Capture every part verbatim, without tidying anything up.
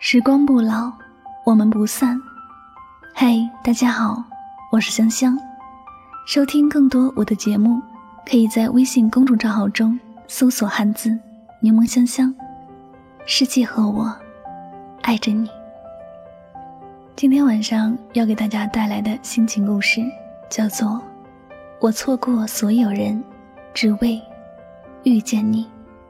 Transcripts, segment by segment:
时光不老，我们不散。嘿，大家好，我是香香。收听更多我的节目，可以在微信公众账号中搜索汉字柠檬香香。世界和我爱着你。今天晚上要给大家带来的心情故事叫做我错过所有人，只为遇见你。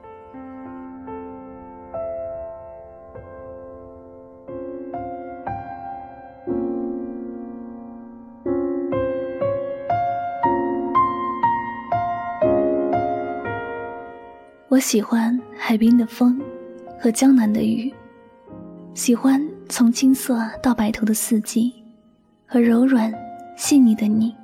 我喜欢海滨的风和江南的雨，喜欢从青涩到白头的四季和柔软细腻的你。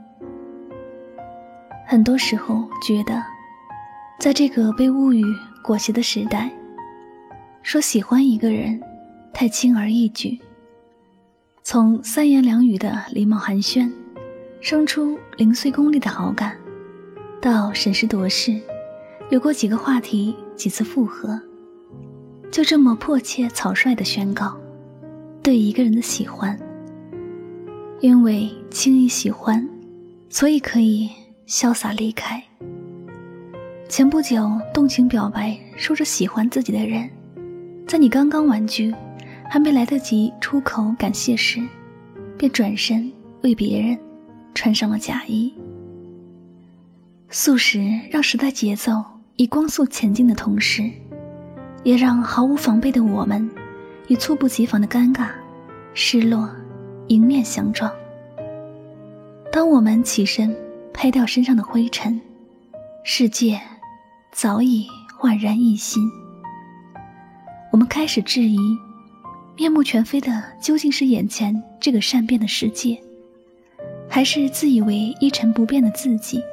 很多时候觉得，在这个被物欲裹挟的时代，说喜欢一个人太轻而易举。从三言两语的礼貌寒暄，生出零碎功利的好感，到审时度势，有过几个话题，几次复合，就这么迫切草率地宣告对一个人的喜欢。因为轻易喜欢，所以可以潇洒离开。前不久动情表白说着喜欢自己的人，在你刚刚婉拒，还没来得及出口感谢时，便转身为别人穿上了假衣。速食让时代节奏以光速前进的同时，也让毫无防备的我们以猝不及防的尴尬、失落迎面相撞。当我们起身拍掉身上的灰尘，世界早已焕然一新。我们开始质疑，面目全非的究竟是眼前这个善变的世界，还是自以为一成不变的自己？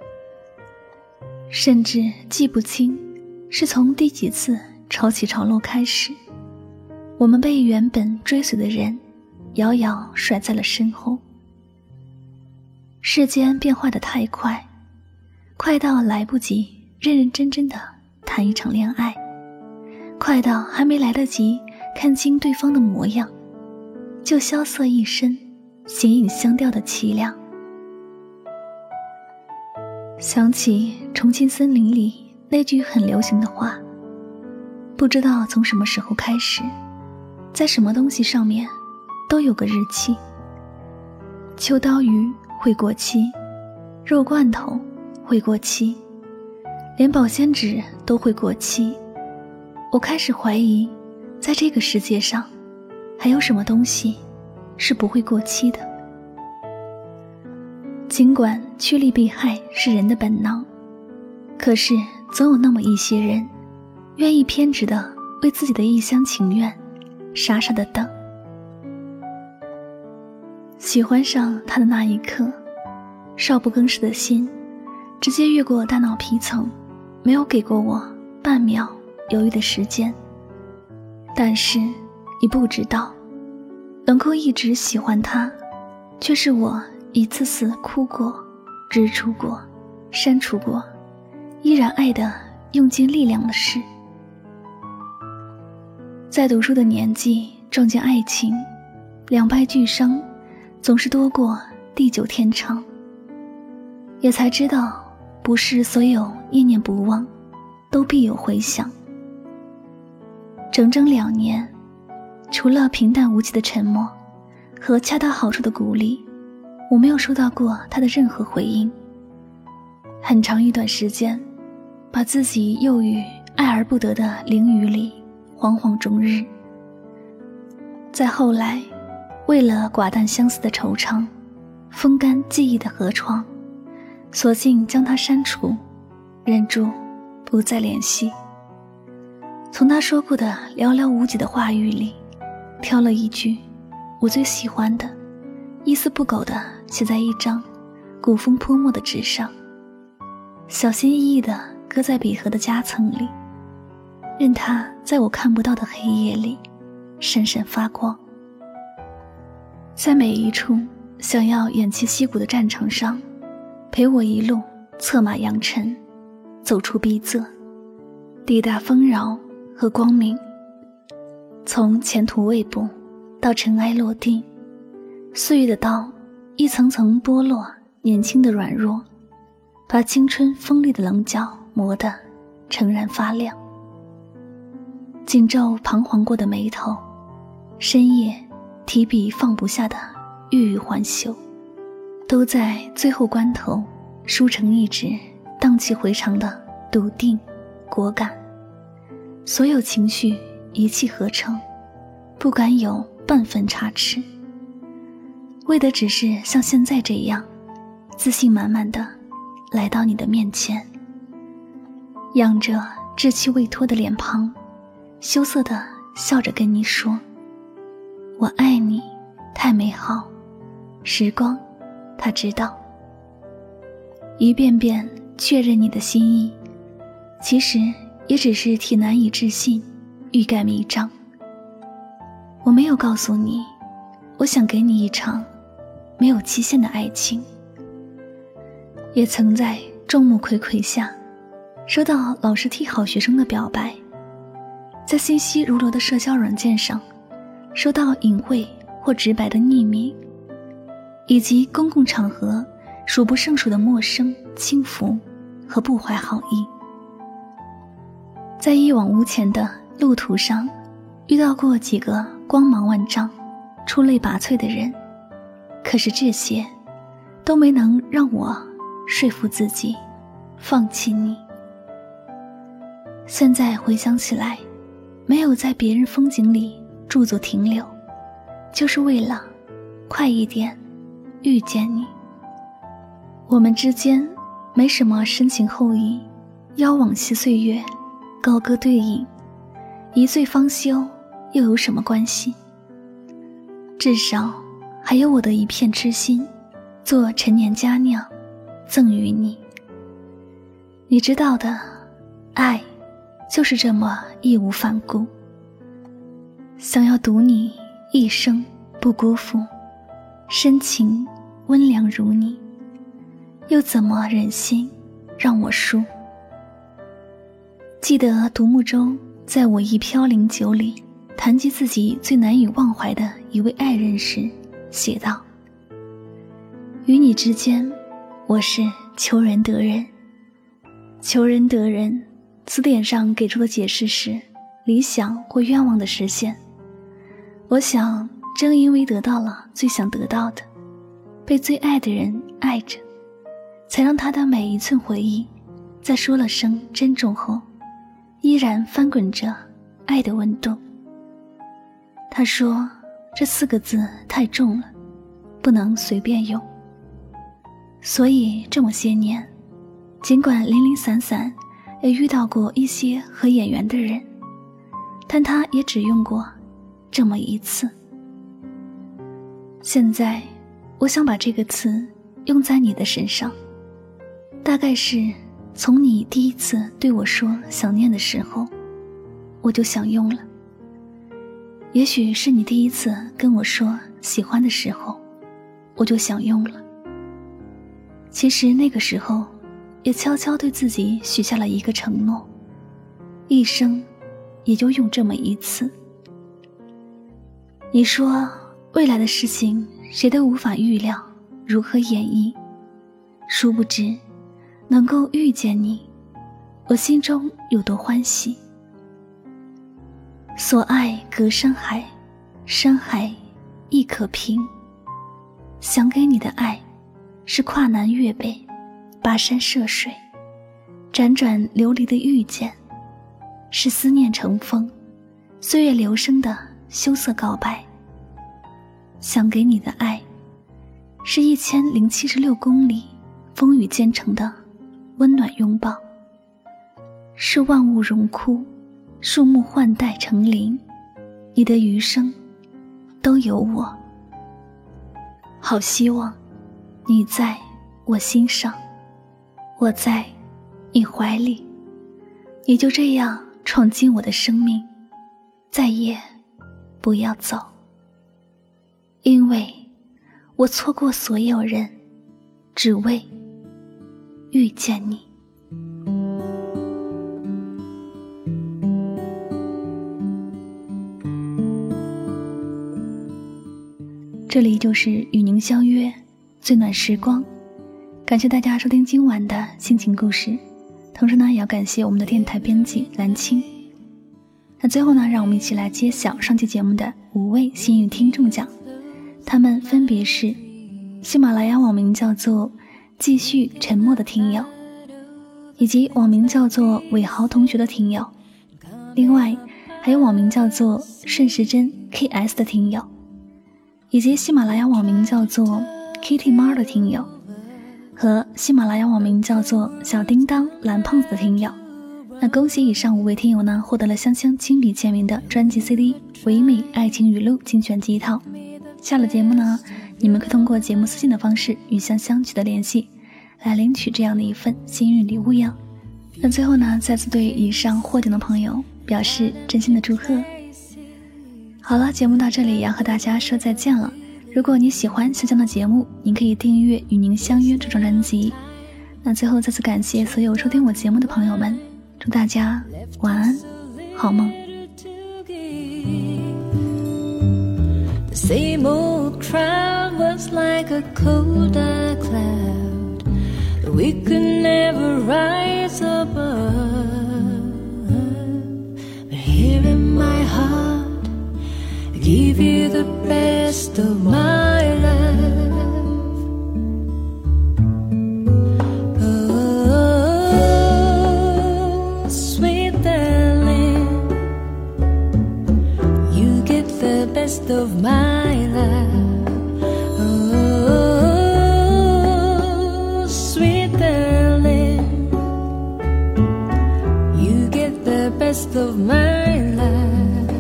甚至记不清是从第几次潮起潮落开始，我们被原本追随的人遥遥甩在了身后。世间变化得太快，快到来不及认认真真的谈一场恋爱，快到还没来得及看清对方的模样，就萧瑟一身形影相吊的凄凉。想起重庆森林里那句很流行的话，不知道从什么时候开始，在什么东西上面都有个日期。秋刀鱼会过期，肉罐头会过期，连保鲜纸都会过期。我开始怀疑，在这个世界上还有什么东西是不会过期的。尽管趋利避害是人的本能，可是总有那么一些人愿意偏执地为自己的一厢情愿傻傻地等。喜欢上他的那一刻，少不更事的心直接越过大脑皮层，没有给过我半秒犹豫的时间。但是你不知道，能够一直喜欢他，却是我一次次哭过、日出过、删除过，依然爱得用尽力量的事。在读书的年纪撞见爱情，两败俱伤总是多过地久天长，也才知道不是所有念念不忘都必有回响。整整两年，除了平淡无奇的沉默和恰到好处的鼓励，我没有收到过他的任何回应。很长一段时间，把自己囿于爱而不得的囹圄里惶惶终日。再后来，为了寡淡相思的惆怅，风干记忆的河床，索性将它删除，忍住不再联系。从他说过的寥寥无几的话语里，挑了一句我最喜欢的，一丝不苟地写在一张古风泼墨的纸上，小心翼翼地搁在笔盒的夹层里，任它在我看不到的黑夜里闪闪发光。在每一处想要偃旗息鼓的战场上，陪我一路策马扬尘，走出逼仄，抵达丰饶和光明。 从前途未卜到尘埃落定，岁月的刀一层层剥落年轻的软弱，把青春锋利的棱角磨得诚然发亮。紧皱彷徨过的眉头，深夜提笔放不下的欲语还休，都在最后关头梳成一指荡气回肠的笃定果敢。所有情绪一气呵成，不敢有半分差池，为的只是像现在这样自信满满的来到你的面前，仰着稚气未脱的脸庞，羞涩地笑着跟你说，我爱你太美好，时光它知道。一遍遍确认你的心意，其实也只是替难以置信欲盖弥彰。我没有告诉你，我想给你一场没有期限的爱情。也曾在众目睽睽下收到老师替好学生的表白，在信息如流的社交软件上收到隐晦或直白的匿名，以及公共场合数不胜数的陌生轻浮和不怀好意。在一往无前的路途上遇到过几个光芒万丈出类拔萃的人，可是这些都没能让我说服自己放弃你。现在回想起来，没有在别人风景里驻足停留，就是为了快一点遇见你。我们之间没什么深情厚谊，邀往昔岁月高歌对饮，一醉方休又有什么关系？至少还有我的一片痴心，做陈年佳酿赠予你。你知道的，爱就是这么义无反顾，想要赌你一生不辜负，深情温良如你，又怎么忍心让我输？记得独木舟在我一飘零酒里谈及自己最难以忘怀的一位爱人时写道，与你之间我是求人得人。求人得人词典上给出的解释是理想或愿望的实现。我想正因为得到了最想得到的，被最爱的人爱着，才让他的每一寸回忆在说了声珍重后依然翻滚着爱的温度。他说这四个字太重了，不能随便用。所以这么些年，尽管零零散散也遇到过一些合眼缘的人，但他也只用过这么一次。现在我想把这个词用在你的身上，大概是从你第一次对我说想念的时候，我就想用了。也许是你第一次跟我说喜欢的时候，我就想用了。其实那个时候也悄悄对自己许下了一个承诺，一生也就用这么一次。你说未来的事情谁都无法预料如何演绎，殊不知能够遇见你，我心中有多欢喜。所爱隔山海，山海亦可平。想给你的爱是跨南越北，跋山涉水，辗转流离的遇见，是思念成风，岁月流声的羞涩告白。想给你的爱是一千零七十六公里风雨兼程的温暖拥抱，是万物荣枯，树木换代成林，你的余生都有我。好希望你在我心上，我在你怀里，你就这样闯进我的生命，再也不要走。因为我错过所有人，只为遇见你。 这里就是与您相约最暖时光。感谢大家收听今晚的心情故事，同时呢也要感谢我们的电台编辑蓝青。那最后呢，让我们一起来揭晓上期节目的五位幸运听众奖，他们分别是喜马拉雅网名叫做继续沉默的听友，以及网名叫做伟豪同学的听友，另外还有网名叫做顺时针 K S 的听友，以及喜马拉雅网名叫做 Kitty 妈的听友，和喜马拉雅网名叫做小叮当蓝胖子的听友。那恭喜以上五位听友呢，获得了香香亲笔签名的专辑 C D《唯美爱情语录精选集》一套。下了节目呢，你们可以通过节目私信的方式与香香取得联系，来领取这样的一份幸运礼物哟。那最后呢，再次对以上获奖的朋友表示真心的祝贺。好了，节目到这里也要和大家说再见了。如果你喜欢香香的节目，您可以订阅与您相约这张专辑。那最后再次感谢所有收听我节目的朋友们，祝大家晚安好梦。 The same old crowd was like a cold dark cloud that we could never rise above. But here in my heart, I give you the best of my love. Oh, sweet darling, you get the best of my love. Oh, sweet darling, you get the best of my love.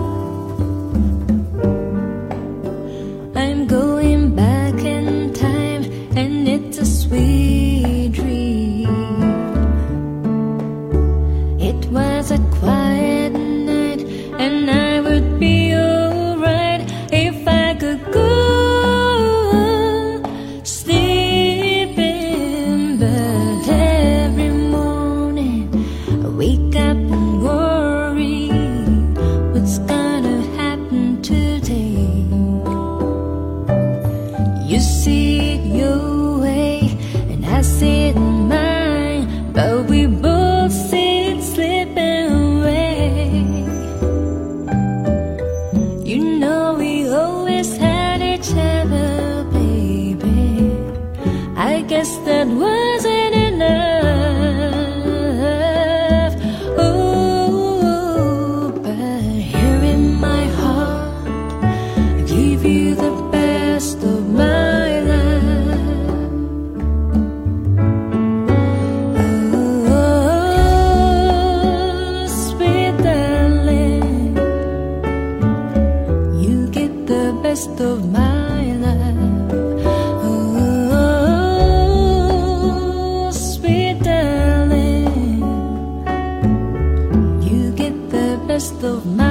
I'm going back in time, and it's a sweet dream. It was a quiet night, and I would be alright if I could go sleeping. But every morning I wake up and worry what's gonna happen today. You see it your way and I see it mine, but we both see it slipping away. You know we always had each other, baby. I guess that wasn't enough. Oh, but here in my heart, I give you the best of my love. Oh, sweet darling, you get the best of my love. Oh, sweet darling, you get the best of my